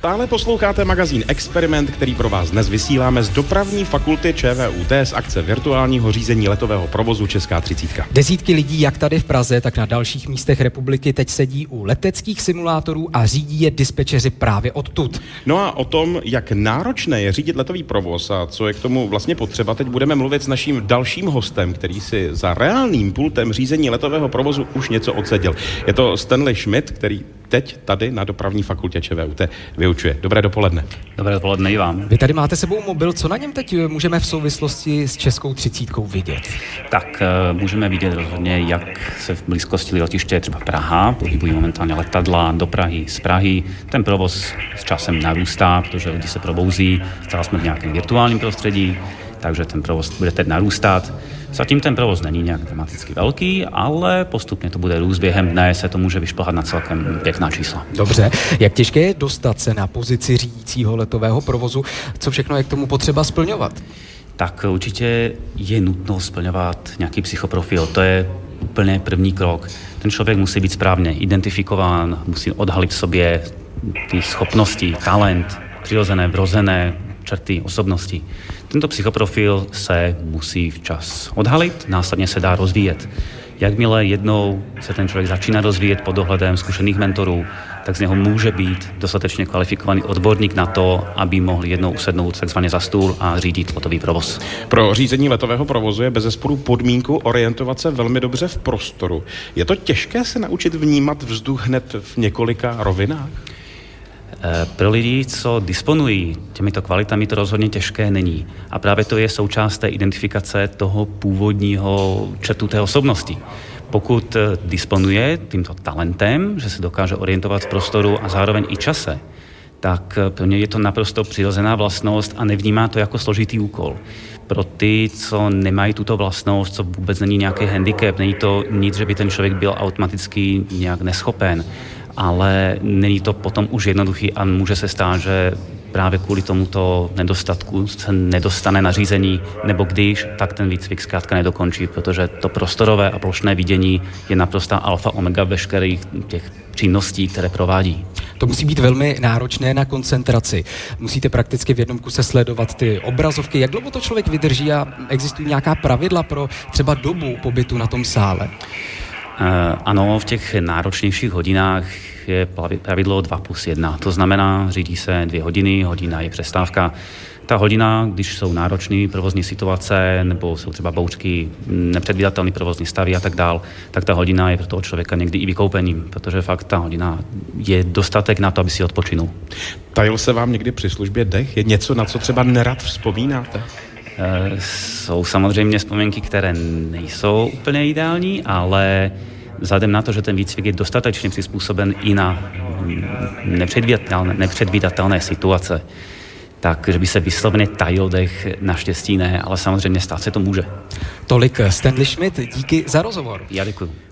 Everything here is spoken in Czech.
Stále posloucháte magazín Experiment, který pro vás dnes vysíláme z dopravní fakulty ČVUT z akce virtuálního řízení letového provozu Česká 30. Desítky lidí, jak tady v Praze, tak na dalších místech republiky teď sedí u leteckých simulátorů a řídí je dispečeři právě odtud. No a o tom, jak náročné je řídit letový provoz a co je k tomu vlastně potřeba, teď budeme mluvit s naším dalším hostem, který si za reálným pultem řízení letového provozu už něco odseděl. Je to Stanley Schmidt, který teď tady na dopravní fakultě ČVUT vyučuje. Dobré dopoledne. Dobré dopoledne i vám. Vy tady máte sebou mobil, co na něm teď můžeme v souvislosti s Českou 30 vidět? Tak můžeme vidět rozhodně, jak se v blízkosti letiště třeba Praha pohybují momentálně letadla do Prahy, z Prahy. Ten provoz s časem narůstá, protože lidi se probouzí, stále jsme v nějakém virtuálním prostředí, takže ten provoz bude teď narůstat. Zatím ten provoz není nějak dramaticky velký, ale postupně to bude růst. Během dne se to může vyšplhat na celkem pěkná čísla. Dobře. Jak těžké je dostat se na pozici řídícího letového provozu? Co všechno je k tomu potřeba splňovat? Tak určitě je nutno splňovat nějaký psychoprofil. To je úplně první krok. Ten člověk musí být správně identifikován, musí odhalit v sobě ty schopnosti, talent, přirozené, vrozené črty osobnosti. Tento psychoprofil se musí včas odhalit, následně se dá rozvíjet. Jakmile jednou se ten člověk začíná rozvíjet pod dohledem zkušených mentorů, tak z něho může být dostatečně kvalifikovaný odborník na to, aby mohl jednou usednout takzvaně za stůl a řídit letový provoz. Pro řízení letového provozu je bezesporu podmínku orientovat se velmi dobře v prostoru. Je to těžké se naučit vnímat vzduch hned v několika rovinách? Pro lidi, co disponují těmito kvalitami, to rozhodně těžké není. A právě to je součást té identifikace toho původního črtu té osobnosti. Pokud disponuje tímto talentem, že se dokáže orientovat v prostoru a zároveň i čase, tak pro ně je to naprosto přirozená vlastnost a nevnímá to jako složitý úkol. Pro ty, co nemají tuto vlastnost, co vůbec není nějaký handicap, není to nic, že by ten člověk byl automaticky nějak neschopen, ale není to potom už jednoduchý a může se stát, že právě kvůli tomuto nedostatku se nedostane na řízení, nebo když, tak ten výcvik zkrátka nedokončí, protože to prostorové a plošné vidění je naprostá alfa omega veškerých těch činností, které provádí. To musí být velmi náročné na koncentraci. Musíte prakticky v jednom kuse sledovat ty obrazovky. Jak dlouho to člověk vydrží a existují nějaká pravidla pro třeba dobu pobytu na tom sále? Ano, v těch náročnějších hodinách je pravidlo 2+1. To znamená, řídí se 2 hodiny, hodina je přestávka. Ta hodina, když jsou náročné provozní situace nebo jsou třeba bouřky, nepředvídatelné provozní stavy a tak dál, tak ta hodina je pro toho člověka někdy i vykoupením, protože fakt ta hodina je dostatek na to, aby si odpočinul. Tajil se vám někdy při službě dech? Je něco, na co třeba nerad vzpomínáte? Jsou samozřejmě vzpomínky, které nejsou úplně ideální, ale vzhledem na to, že ten výcvik je dostatečně přizpůsoben i na nepředvídatelné situace, takže by se vysloveně tajil dech, naštěstí ne, ale samozřejmě stát se to může. Tolik Stanley Schmidt, díky za rozhovor. Já děkuji.